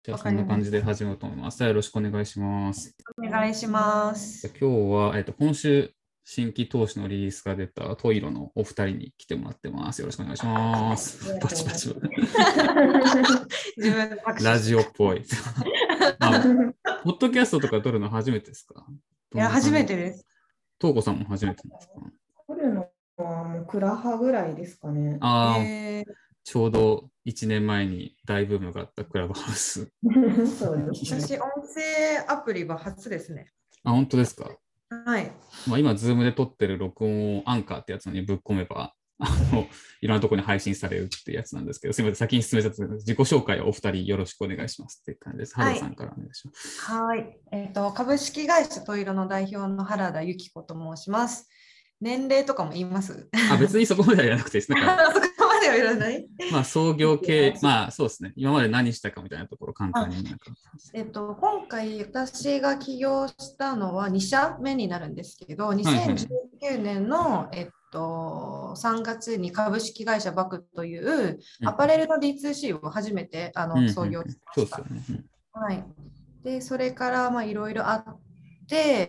じゃあ、 わそんな感じかりました。 で始めようと思います。よろしくお願いします。 お願いします。 今日は、今週、新規投資のリリースが出たトイロのお二人に来てもらってます。よろしくお願いします。 ありがとうございパチパチ。 ます。 自分で拍手ラして。 ジオっぽい。ポッドキャストとか撮るの初めてですか？ いや、初どんな感じ？ めてです。 トウコさんも初めてなんですか？ 撮るのはもうクラハぐらいですかね。 ああ、 えー、 ちょうど1年前に大ブームがあったクラブハウス。 そうですね。 私、音声アプリは初ですね。 あ、本当ですか？ はい。 今、ズームで撮ってる録音をアンカーってやつにぶっ込めば、いろんなところに配信されるっていうやつなんですけど、すみません、先に進めちゃって自己紹介をお二人よろしくお願いしますっていう感じです。原田さんからお願いします。 はい。株式会社トイロの代表の原田由紀子と申します。年齢とかも言います？ 別にそこまではやらなくていいです。なんか、 そこまでは言わない。 創業系、そうですね。今まで何したかみたいなところ、簡単になんか。 今回私が起業したのは2社目になるんですけど、 はいはい。 2019年の、3月に株式会社バクというアパレルの D2C を初めて創業しまそうした。 ですよね。 はい、でそれからいろいろあって、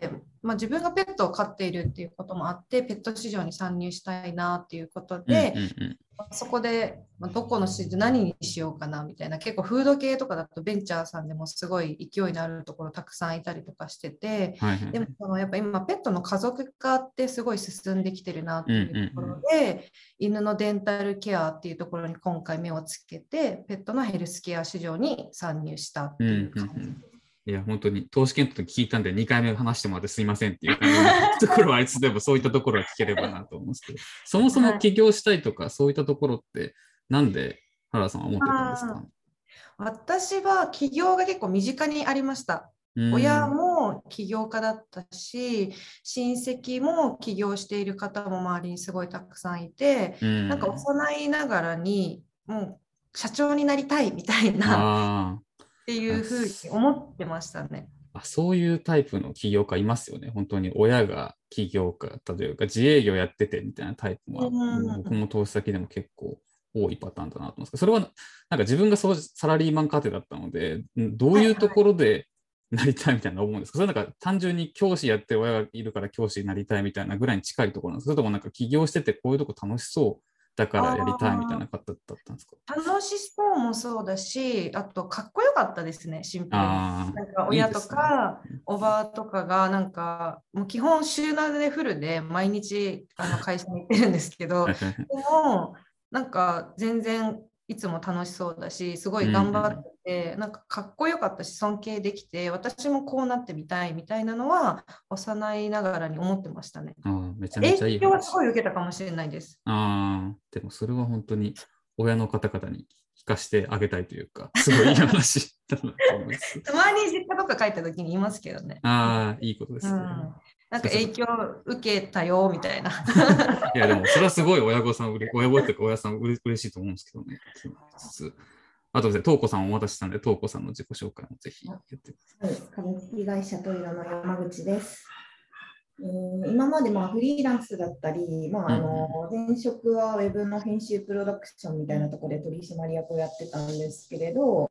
自分がペットを飼っているっていうこともあって、ペット市場に参入したいなっていうことで、そこでどこの市場何にしようかなみたいな、結構フード系とかだとベンチャーさんでもすごい勢いのあるところたくさんいたりとかしてて、でもやっぱ今ペットの家族化ってすごい進んできてるなっていうところで、犬のデンタルケアっていうところに今回目をつけて、ペットのヘルスケア市場に参入したっていう感じです。 いや、本当に、投資検討聞いたんで、2回目話してもらってすいませんっていう感じのところは、あいつでもそういったところは聞ければなと思うんですけど、そもそも起業したいとか、そういったところって、なんで原田さんは思ってたんですか？ 私は起業が結構身近にありました。親も起業家だったし、親戚も起業している方も周りにすごいたくさんいて、なんか幼いながらにもう社長になりたいみたいなっていうふうに思ってましたね。 そういうタイプの起業家いますよね。本当に親が起業家というか自営業やっててみたいなタイプは、僕も投資先でも結構多いパターンだなと思うんですけど、それはなんか自分がサラリーマン家庭だったので、どういうところでなりたいみたいな思うんですか？それなんか単純に教師やってる親がいるから教師になりたいみたいなぐらいに近いところなんですか？それともなんか起業しててこういうとこ楽しそうだからやりたいみたいな方だったんですか？ 楽しそうもそうだし、あとかっこよかったですね、シンプルに。なんか親とかおばとかがなんかもう基本週7でフルで毎日会社に行ってるんですけど、でもなんか全然いつも楽しそうだし、すごい頑張ってて、なんかかっこよかったし尊敬できて、私もこうなってみたいみたいなのは幼いながらに思ってましたね。 めちゃめちゃいい話。 影響はすごい受けたかもしれないです。 でもそれは本当に親の方々に聞かせてあげたいというか、すごいいい話だなと思います。 たまに実家とか帰った時に言いますけどね。 いいことですね。 なんか影響受けたよみたいな。 いや、でもそれはすごい親御さん、親御というか親さん嬉しいと思うんですけどね。あとですね、トウコさんをお渡ししたので、トウコさんの自己紹介もぜひやってください。 株式会社トイロの山口です。今までフリーランスだったり、前職はウェブの編集プロダクションみたいなところで取締役をやってたんですけれど、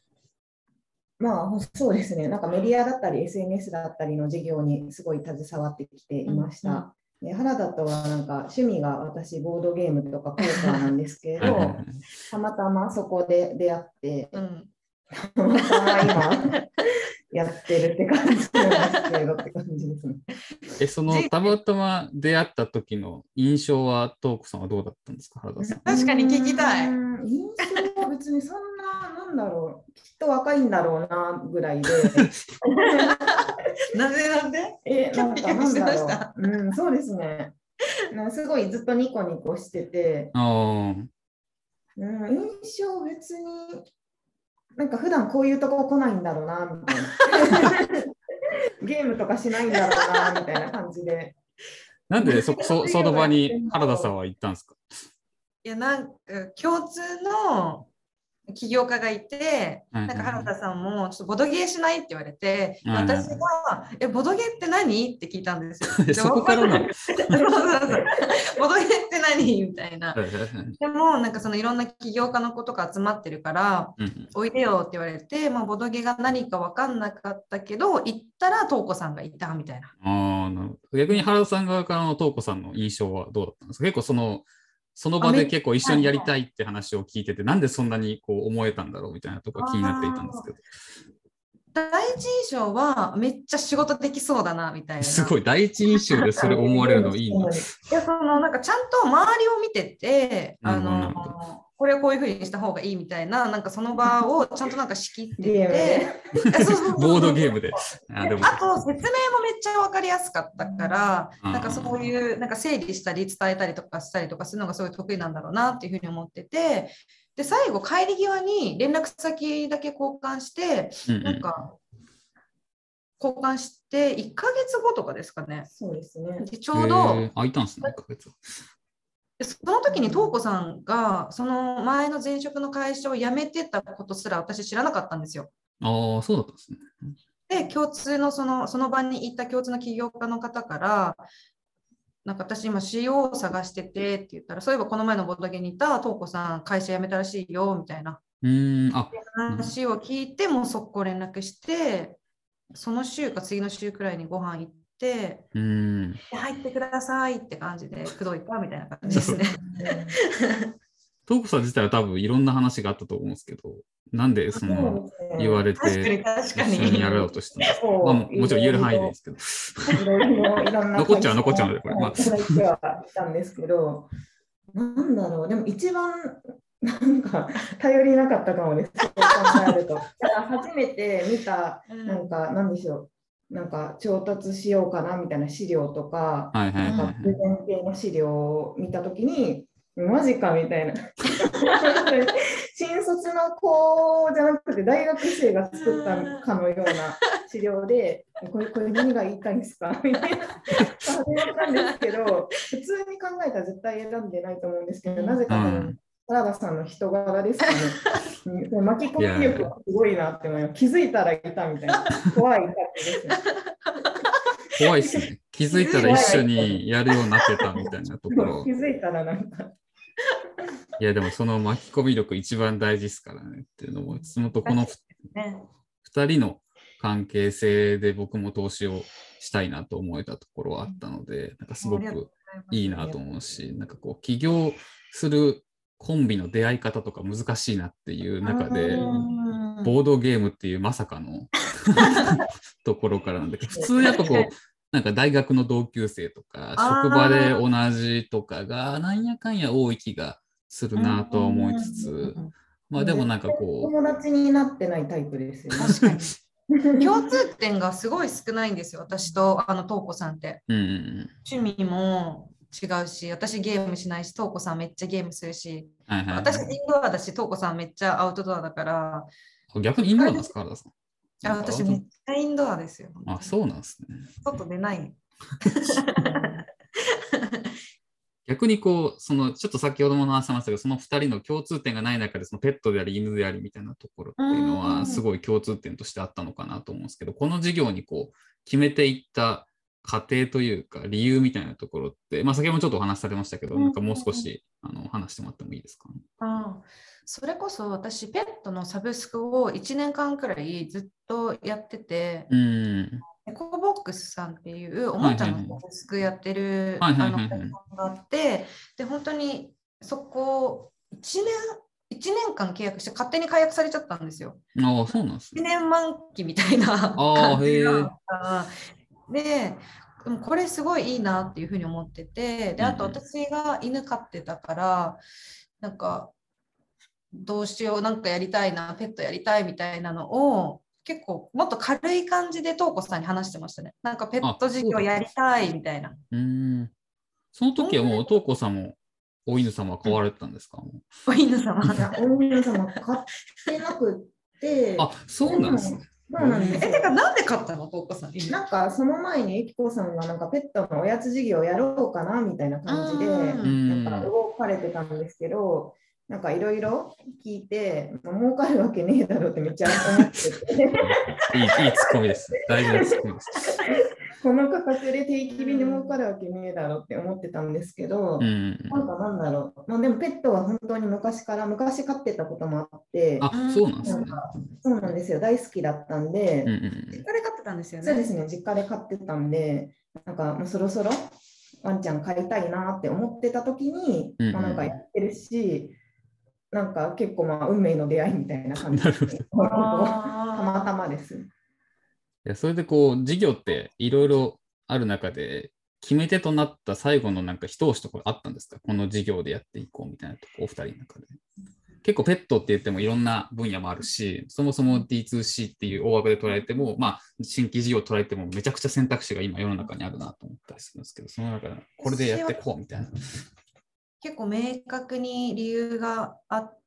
そうですね、なんかメディアだったり SNS だったりの事業にすごい携わってきていました。で原田とはなんか趣味が私ボードゲームとかポーカーなんですけれどたまたまそこで出会って、たまたま今やってるって感じなんですけどって感じですね。 そのたまたま出会った時の印象はトウコさんはどうだったんですか？原田さん。 確かに聞きたい。 印象は別にそんな、なんだろう、きっと若いんだろうなぐらいで。 なんでなんかなんだろう。そうですね。すごいずっとニコニコしてて。印象別に、なんか普段こういうとこ来ないんだろうな、みたいな。ゲームとかしないんだろうな、みたいな感じで。 なんでその場に原田さんは行ったんですか？ いや、なんか共通の起業家がいて、なんか原田さんもちょっとボドゲーしないって言われて、私がボドゲーって何って聞いたんですよ。 そこからなの。 ボドゲーって何みたいな。でもなんかそのいろんな起業家の子とか集まってるから、おいでよって言われて、まあ、ボドゲが何か分かんなかったけど、行ったら東子さんがいたみたいな。 ああ、なるほど。逆に原田さん側からの東子さんの印象はどうだったんですか？結構その場で結構一緒にやりたいって話を聞いてて、なんでそんなにこう思えたんだろうみたいなところが気になっていたんですけど。 第一印象はめっちゃ仕事できそうだなみたいな。 すごい、第一印象でそれ思われるのいいな。 いや、なんかちゃんと周りを見てて、これをこういうふうにした方がいいみたいな、なんかその場をちゃんとなんか仕切ってて、 ボードゲームで。 あと説明もめっちゃ分かりやすかったから、なんかそういうなんか整理したり伝えたりとかしたりとかするのがすごい得意なんだろうなっていうふうに思ってて、で最後帰り際に連絡先だけ交換して、なんか交換して1ヶ月後とかですかね。 そうですね。 でちょうど空いたんですね、1ヶ月。 その時に東子さんがその前の前職の会社を辞めてたことすら私知らなかったんですよ。 ああ、そうだったんですね。 で、共通のその場に行った共通の起業家の方から、なんか私今 CEO を探しててって言ったら、そういえばこの前のボドゲにいた東子さん会社辞めたらしいよみたいな話を聞いて、もう速攻連絡して、その週か次の週くらいにご飯行って、入ってくださいって感じで口説いたみたいな感じですね。 東子さん自体は多分いろんな話があったと思うんですけど、なんでその言われて一緒にやろうとしたんですか？まあ、もちろん言える範囲でいいですけど。 いろんな残っちゃうので、これ。 まあ、したんですけど、なんだろう、でも一番なんか頼りなかったかもです。そう考えると。だから初めて見た、なんか、なんでしょう。なんか調達しようかなみたいな資料とか、なんかプレゼン系の資料を見たときに、マジかみたいな。新卒の子じゃなくて大学生が作ったかのような資料で、これ何が言いたいんですかみたいな始まったんですけど、普通に考えたら絶対選んでないと思うんですけど、なぜか多分、原田さんの人柄ですかね。巻き込み力がすごいなって思います。気づいたらいたみたいな。怖い感じですね。 怖いですね。気づいたら一緒にやるようになってたみたいなところ。 気づいたらなんか。 いや、でもその巻き込み力一番大事ですからねっていうのも、そのとこの2人の関係性で僕も投資をしたいなと思えたところはあったので、なんかすごくいいなと思うし、なんかこう起業するコンビの出会い方とか難しいなっていう中で、ボードゲームっていうまさかのところからなんで、普通やっぱこう、なんか大学の同級生とか、職場で同じとかが、なんやかんや多い気がするなとは思いつつ、まあでもなんかこう。 友達になってないタイプですよね。 確かに。共通点がすごい少ないんですよ、私と東子さんって。趣味も違うし、私ゲームしないし、東子さんめっちゃゲームするし、私インドアだし、東子さんめっちゃアウトドアだから。 逆にインドアなんですか、原田さん。 私めっちゃインドアですよ。 あ、そうなんですね。 外出ない。 逆にこう、ちょっと先ほども話しましたけど、その2人の共通点がない中で、そのペットであり犬でありみたいなところっていうのは、すごい共通点としてあったのかなと思うんですけど、この事業にこう決めていった過程というか、理由みたいなところって、まあ、先ほどもちょっとお話しされましたけど、なんかもう少し話してもらってもいいですかね。 それこそ私、ペットのサブスクを1年間くらいずっとやってて、エコボックスさんっていうおもちゃのサブスクやってるペットがあって、で、本当にそこ1年間契約して勝手に解約されちゃったんですよ。 ああ、そうなんですね。 1年満期みたいな感じで、でもこれすごいいいなっていうふうに思ってて、で、あと私が犬飼ってたから、なんか、どうしよう、なんかやりたいな、ペットやりたいみたいなのを、結構もっと軽い感じで東子さんに話してましたね。なんかペット事業やりたいみたいな。 その時はもう東子さんもお犬様は飼われてたんですか？ お犬様。 お犬様飼ってなくて。 あ、そうなんですね。 そうなんです。 てか、なんで買ったの、東子さん。 なんかその前にゆきこさんがなんかペットのおやつ事業をやろうかなみたいな感じで、なんか動かれてたんですけど、 なんかいろいろ聞いて、儲かるわけねえだろうってめっちゃ思ってていいツッコミです。大事なツッコミです。 この価格で定期便で儲かるわけねえだろうって思ってたんですけど、なんだろう。でもペットは本当に昔飼ってたこともあって、 そうなんですね。 そうなんですよ。大好きだったんで、 実家で飼ってたんですよね。 そうですね、実家で飼ってたんで、なんかもうそろそろワンちゃん飼いたいなって思ってた時に、なんかやってるし、なんか結構運命の出会いみたいな感じで、たまたまです。 いや、それで事業っていろいろある中で、決め手となった最後のなんか一押しとかあったんですか？この事業でやっていこうみたいなとこ、お二人の中で。結構ペットって言ってもいろんな分野もあるし、そもそも D2C っていう大枠で捉えても、新規事業を捉えてもめちゃくちゃ選択肢が今世の中にあるなと思ったりするんですけど、その中でこれでやっていこうみたいな。 結構明確に理由があって、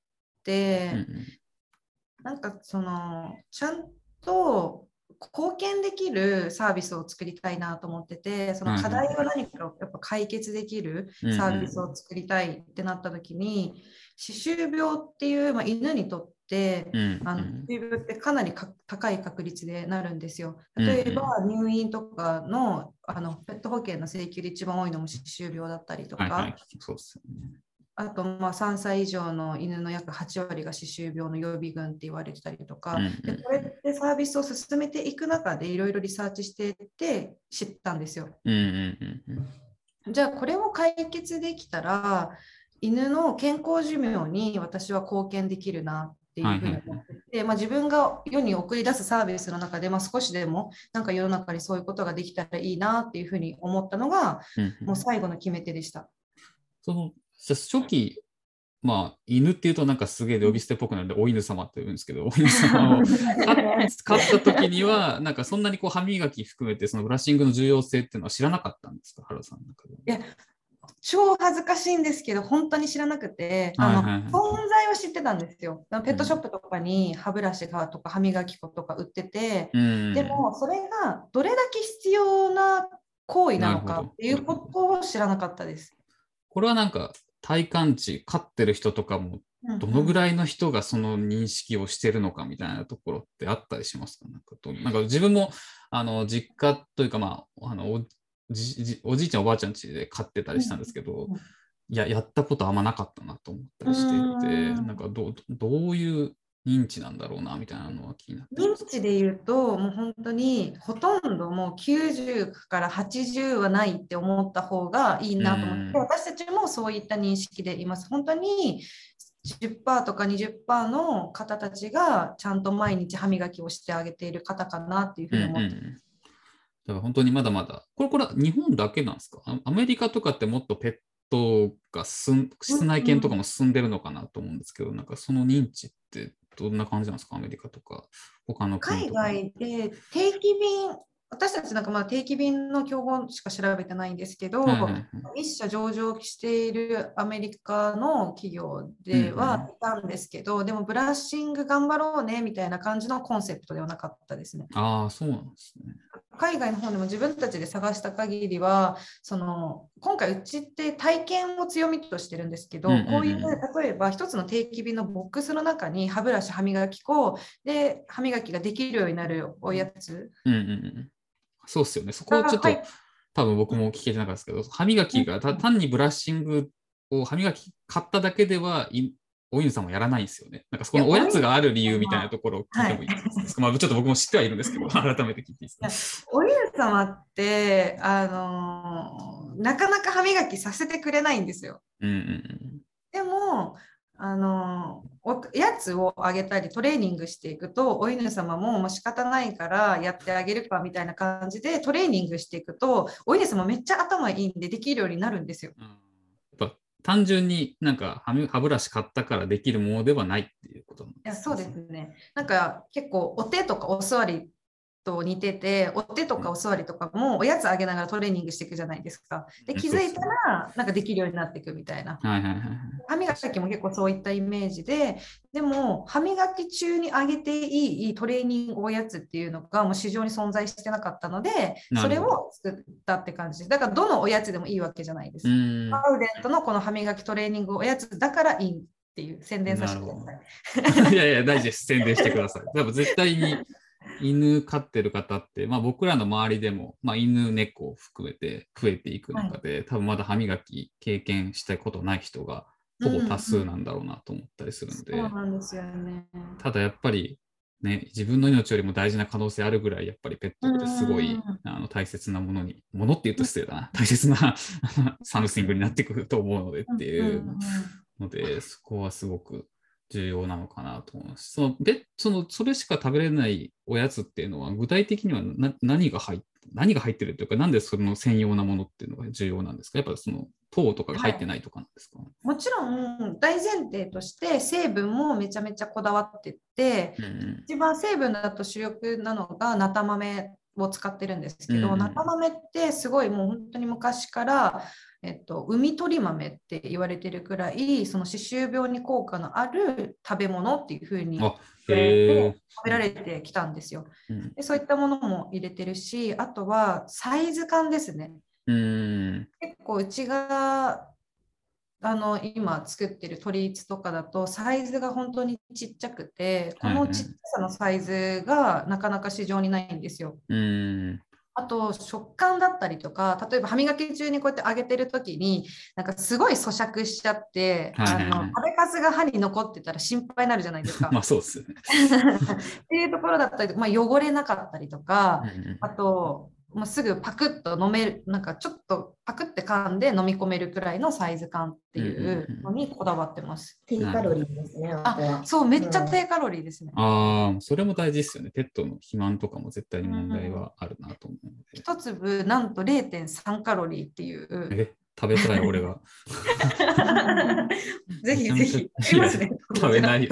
なんかちゃんと貢献できるサービスを作りたいなと思ってて、その課題を何かやっぱ解決できるサービスを作りたいってなった時に、歯周病っていう、犬にとって歯周病ってかなり高い確率でなるんですよ。例えば入院とかの、ペット保険の請求で一番多いのも歯周病だったりとか、あと3歳以上の犬の約8割が歯周病の予備軍って言われてたりとか、でこれってサービスを進めていく中でいろいろリサーチしていって知ったんですよ。じゃあこれを解決できたら犬の健康寿命に私は貢献できるなっていうふうに思ってて、自分が世に送り出すサービスの中で、少しでもなんか世の中にそういうことができたらいいなっていうふうに思ったのが、もう最後の決め手でした。 初期、犬っていうとなんかすげえ呼び捨てっぽくなるんで、お犬様って言うんですけど、お犬様を飼った時には、なんかそんなに歯磨き含めて、そのブラッシングの重要性っていうのは知らなかったんですか、原さんの中で。 いや、超恥ずかしいんですけど、本当に知らなくて、存在は知ってたんですよ。ペットショップとかに歯ブラシがとか歯磨き粉とか売ってて、でもそれがどれだけ必要な行為なのかっていうことを知らなかったです。 これはなんか体感値、飼ってる人とかもどのぐらいの人がその認識をしてるのかみたいなところってあったりしますか？なんか自分も実家というか、おじいちゃんおばあちゃん家で飼ってたりしたんですけど、やったことあんまなかったなと思ったりしていて、なんかどういう認知なんだろうなみたいなのは気になってます。 認知で言うと、もう本当にほとんどもう90から80はないって思った方がいいなと思って、私たちもそういった認識でいます。本当に10% とか 20% の方たちがちゃんと毎日歯磨きをしてあげている方かなっていうふうに思ってます。 だから本当にまだまだ、これは日本だけなんですか？アメリカとかってもっとペットが室内犬とかも進んでるのかなと思うんですけど、なんかその認知ってどんな感じなんですか？アメリカとか他の国とか。 海外で定期便、私たちなんか定期便の競合しか調べてないんですけど、一社上場しているアメリカの企業ではいたんですけど、でもブラッシング頑張ろうねみたいな感じのコンセプトではなかったですね。 そうなんですね。 海外の方でも自分たちで探した限りは、今回うちって体験を強みとしてるんですけど、こういう例えば一つの定期便のボックスの中に歯ブラシ、歯磨き粉で歯磨きができるようになるおやつ。 そうっすよね。そこをちょっと、多分僕も聞けてなかったですけど、歯磨きが単にブラッシングを歯磨き買っただけではお犬さんもやらないんですよね。なんかそこのおやつがある理由みたいなところを聞いてもいいですか？ちょっと僕も知ってはいるんですけど、改めて聞いていいですか？ お犬様ってなかなか歯磨きさせてくれないんですよ。でもおやつをあげたりトレーニングしていくと、お犬様も仕方ないからやってあげるかみたいな感じでトレーニングしていくと、お犬様めっちゃ頭いいんでできるようになるんですよ。 単純になんか歯ブラシ買ったからできるものではないっていうことなんですね。 いや、そうですね。なんか結構お手とかお座りと似てて、お手とかお座りとかもおやつあげながらトレーニングしていくじゃないですか。で、気づいたらなんかできるようになっていくみたいな。歯磨きも結構そういったイメージで、でも歯磨き中にあげていいトレーニングおやつっていうのがもう市場に存在してなかったので、それを作ったって感じです。だからどのおやつでもいいわけじゃないです。パウデントのこの歯磨きトレーニングおやつだからいいっっていう宣伝させてください。いやいや、大事です。宣伝してください。多分絶対に犬飼ってる方って、僕らの周りでも、犬、猫を含めて増えていく中で、多分まだ歯磨き経験したことない人がほぼ多数なんだろうなと思ったりするので、 そうなんですよね。 ただやっぱり、ね、自分の命よりも大事な可能性あるぐらい、やっぱりペットってすごい大切なものって言うと失礼だな、大切なサムシングになってくると思うのでっていうので、そこはすごく重要なのかなと思います。それしか食べれないおやつっていうのは、具体的には何が入ってるというか、なんでその専用なものっていうのが重要なんですか？やっぱその糖とかが入ってないとかなんですか？ もちろん大前提として成分もめちゃめちゃこだわってて、一番成分だと主力なのがナタ豆を使ってるんですけど、ナタ豆ってすごいもう本当に昔から、海鳥豆って言われてるくらい、その歯周病に効果のある食べ物っていうふうに食べられてきたんですよ。でそういったものも入れてるし、あとはサイズ感ですね。結構うちが今作ってるトリーツとかだとサイズが本当にちっちゃくて、このちっちゃさのサイズがなかなか市場にないんですよ。あと食感だったりとか、例えば歯磨き中にこうやって揚げてる時になんかすごい咀嚼しちゃって、食べかすが歯に残ってたら心配になるじゃないですか。 そうですね。 っていうところだったり、汚れなかったりとか、あともうすぐパクッと飲める、なんかちょっとパクって噛んで飲み込めるくらいのサイズ感っていうのにこだわってます。 低カロリーですね。 そう、めっちゃ低カロリーですね。 それも大事ですよね。ペットの肥満とかも絶対に問題はあるなと思うので。 一粒なんと 0.3 カロリーっていう。 食べたい、俺が。 ぜひぜひ。 食べないよ。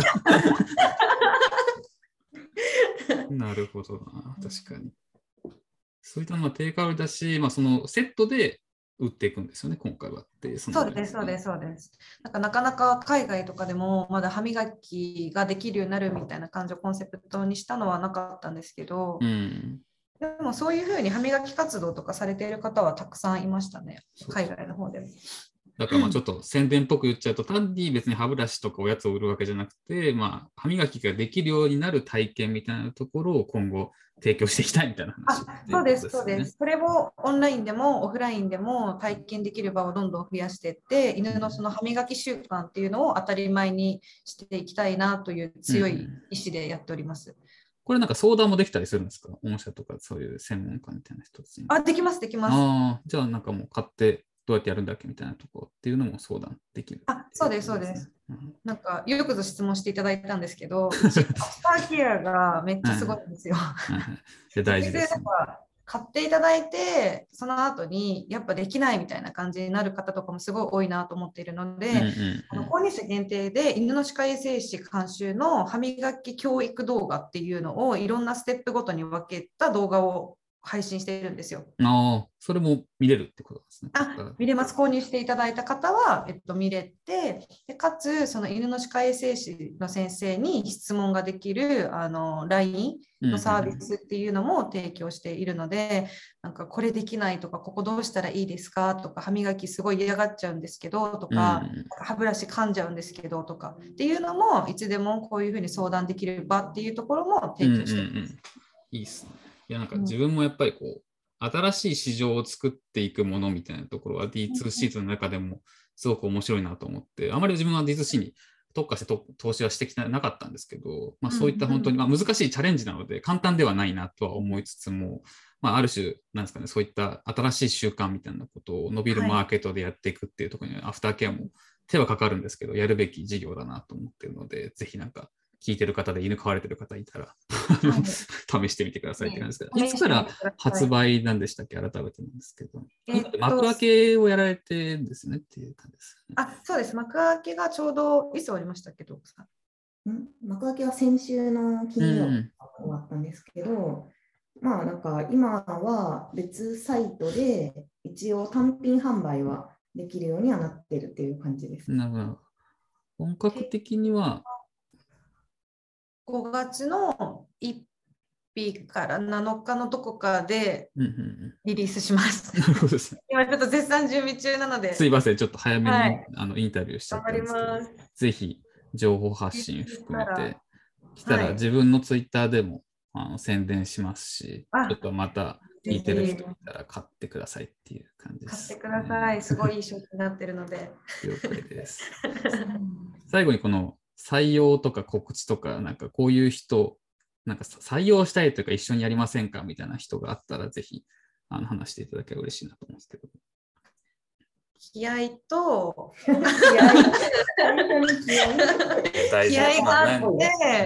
なるほどな、確かに。そういったのは低カロリーだし、そのセットで売っていくんですよね、今回はって。 そうです。なかなか海外とかでもまだ歯磨きができるようになるみたいな感じをコンセプトにしたのはなかったんですけど、でもそういうふうに歯磨き活動とかされている方はたくさんいましたね、海外の方でも。 だからちょっと宣伝っぽく言っちゃうと、単に別に歯ブラシとかおやつを売るわけじゃなくて、歯磨きができるようになる体験みたいなところを今後提供していきたいみたいな話、 そうです。それをオンラインでもオフラインでも体験できる場をどんどん増やしていって、犬のその歯磨き習慣っていうのを当たり前にしていきたいなという強い意志でやっております。 これなんか相談もできたりするんですか？おもちゃとかそういう専門家みたいな人たちに。 できます。 じゃあなんかもう買ってどうやってやるんだっけみたいなところっていうのも相談できる。 そうです。なんかよくぞ質問していただいたんですけど、アフターケアがめっちゃすごいんですよ。 大事です、ね。 買っていただいて、その後にやっぱできないみたいな感じになる方とかもすごい多いなと思っているので、購入者限定で犬の歯科衛生士監修の歯磨き教育動画っていうのをいろんなステップごとに分けた動画を配信しているんですよ。 それも見れるってことですね。 見れます。購入していただいた方は、見れて、かつその犬の歯科衛生士の先生に質問ができるLINE のサービスっていうのも提供しているので、なんかこれできないとか、ここどうしたらいいですかとか、歯磨きすごい嫌がっちゃうんですけどとか、歯ブラシ噛んじゃうんですけどとかっていうのもいつでもこういうふうに相談できる場っていうところも提供しています。 いいっすね。いやなんか自分もやっぱり新しい市場を作っていくものみたいなところは D2C の中でもすごく面白いなと思って、あまり自分は D2C に特化して投資はしてきてなかったんですけど、そういった本当に難しいチャレンジなので簡単ではないなとは思いつつも、ある種なんですかね、そういった新しい習慣みたいなことを伸びるマーケットでやっていくっていうところにアフターケアも手はかかるんですけど、やるべき事業だなと思っているので、ぜひなんか聞いてる方で犬飼われてる方いたら試してみてくださいって感じですけど、いつから発売なんでしたっけ？改めてなんですけど、幕開けをやられてるんですねっていう感じですね。 そうです。幕開けがちょうどいつ終わりましたっけど、 幕開けは先週の金曜日終わったんですけど、なんか今は別サイトで一応単品販売はできるようにはなってるっていう感じです。 なるほど。本格的には 5月の1日から7日のどこかでリリースします。 なるほどですね。 今ちょっと絶賛準備中なので。 すいません、ちょっと早めに、インタビューしちゃったんですけど、ぜひ情報発信含めて来たら、 はい自分のツイッターでも宣伝しますし、ちょっとまた聞いてる人いたら買ってくださいっていう感じで買っす。 てください。すごいいい商品になってるので。 了解です。最後にこの採用とか告知とか、なんかこういう人、なんか採用したいというか一緒にやりませんかみたいな人があったら、ぜひ話していただければ嬉しいなと思うんですけど。 気合と気合気合があって、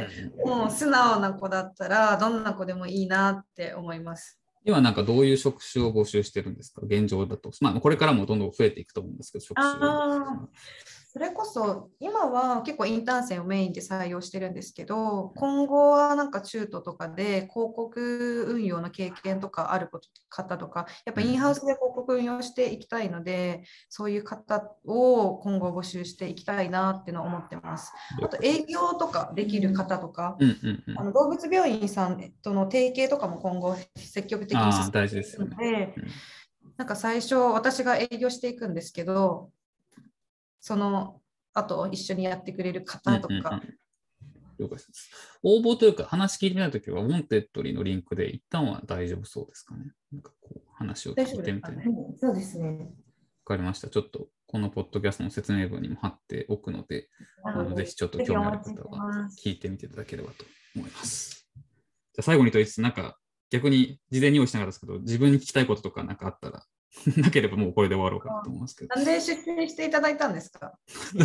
もう素直な子だったらどんな子でもいいなって思います。 今なんかどういう職種を募集してるんですか、現状だと。まあこれからもどんどん増えていくと思うんですけど、職種。 それこそ今は結構インターン生をメインで採用してるんですけど、今後はなんか中途とかで広告運用の経験とかある方とか、やっぱインハウスで広告運用していきたいので、そういう方を今後募集していきたいなっていうのを思ってます。あと営業とかできる方とか、動物病院さんとの提携とかも今後積極的に進めていくので、なんか最初私が営業していくんですけど、その後一緒にやってくれる方とか。 了解です。応募というか話聞いてみたいときは、ウォンテッドリーのリンクで一旦は大丈夫そうですかね。なんかこう話を聞いてみたいな。 そうですね。 わかりました。ちょっとこのポッドキャストの説明文にも貼っておくので、ぜひちょっと興味ある方は聞いてみていただければと思います。じゃあ最後にとりつつ、なんか逆に事前に用意しなかったですけど、自分に聞きたいこととかなんかあったら、なければもうこれで終わろうかなと思いますけど。 なんで出演していただいたんですか？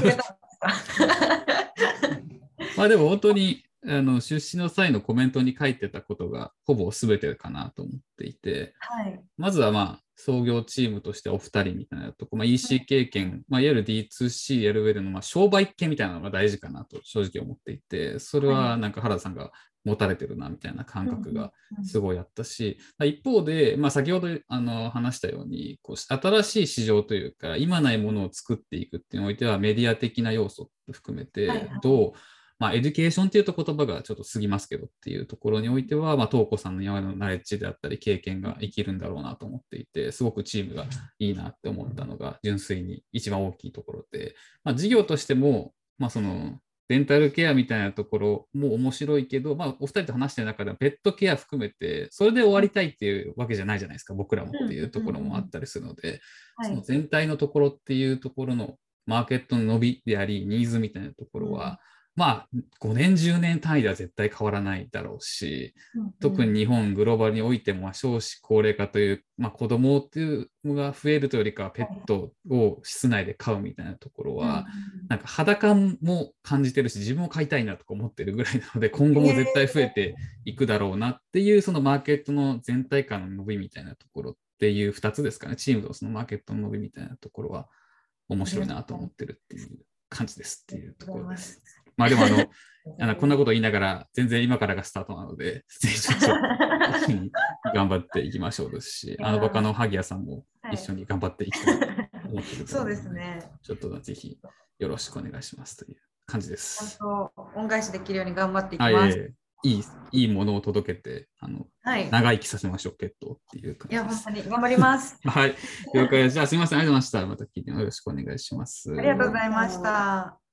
まあでも本当に出資の際のコメントに書いてたことがほぼ全てかなと思っていて、まずはまあ創業チームとしてお二人みたいなとこ、EC 経験、いわゆる D2C やる上での商売系みたいなのが大事かなと正直思っていて、それはなんか原田さんが持たれてるなみたいな感覚がすごいあったし、一方で、先ほど話したようにこう新しい市場というか今ないものを作っていくっていうのにおいてはメディア的な要素を含めてどうエデュケーションっていうと言葉がちょっと過ぎますけどっていうところにおいては、東子さんの今までのナレッジであったり経験が生きるんだろうなと思っていて、すごくチームがいいなって思ったのが純粋に一番大きいところで、事業としても、そのデンタルケアみたいなところも面白いけど、お二人と話してる中ではペットケア含めてそれで終わりたいっていうわけじゃないじゃないですか、僕らもっていうところもあったりするので、その全体のところっていうところのマーケットの伸びでありニーズみたいなところは、5年10年単位では絶対変わらないだろうし、特に日本グローバルにおいても少子高齢化という、子供っていうのが増えるというよりかはペットを室内で飼うみたいなところは、なんか肌感も感じてるし自分も飼いたいなとか思ってるぐらいなので、今後も絶対増えていくだろうなっていう、そのマーケットの全体感の伸びみたいなところっていう2つですかね。チームのそのマーケットの伸びみたいなところは面白いなと思ってるっていう感じですっていうところです。でもこんなこと言いながら全然今からがスタートなので、ぜひちょっと一緒に頑張っていきましょうですし、バカの萩谷さんも一緒に頑張っていきたいと思っているので、 そうですね。 ちょっとぜひよろしくお願いしますという感じです。 恩返しできるように頑張っていきます。 いいものを届けて長生きさせましょう、ペットっていう感じです。 いや、本当に頑張ります。 はい。了解です。じゃあすみません。ありがとうございました。また聞いてよろしくお願いします。 ありがとうございました。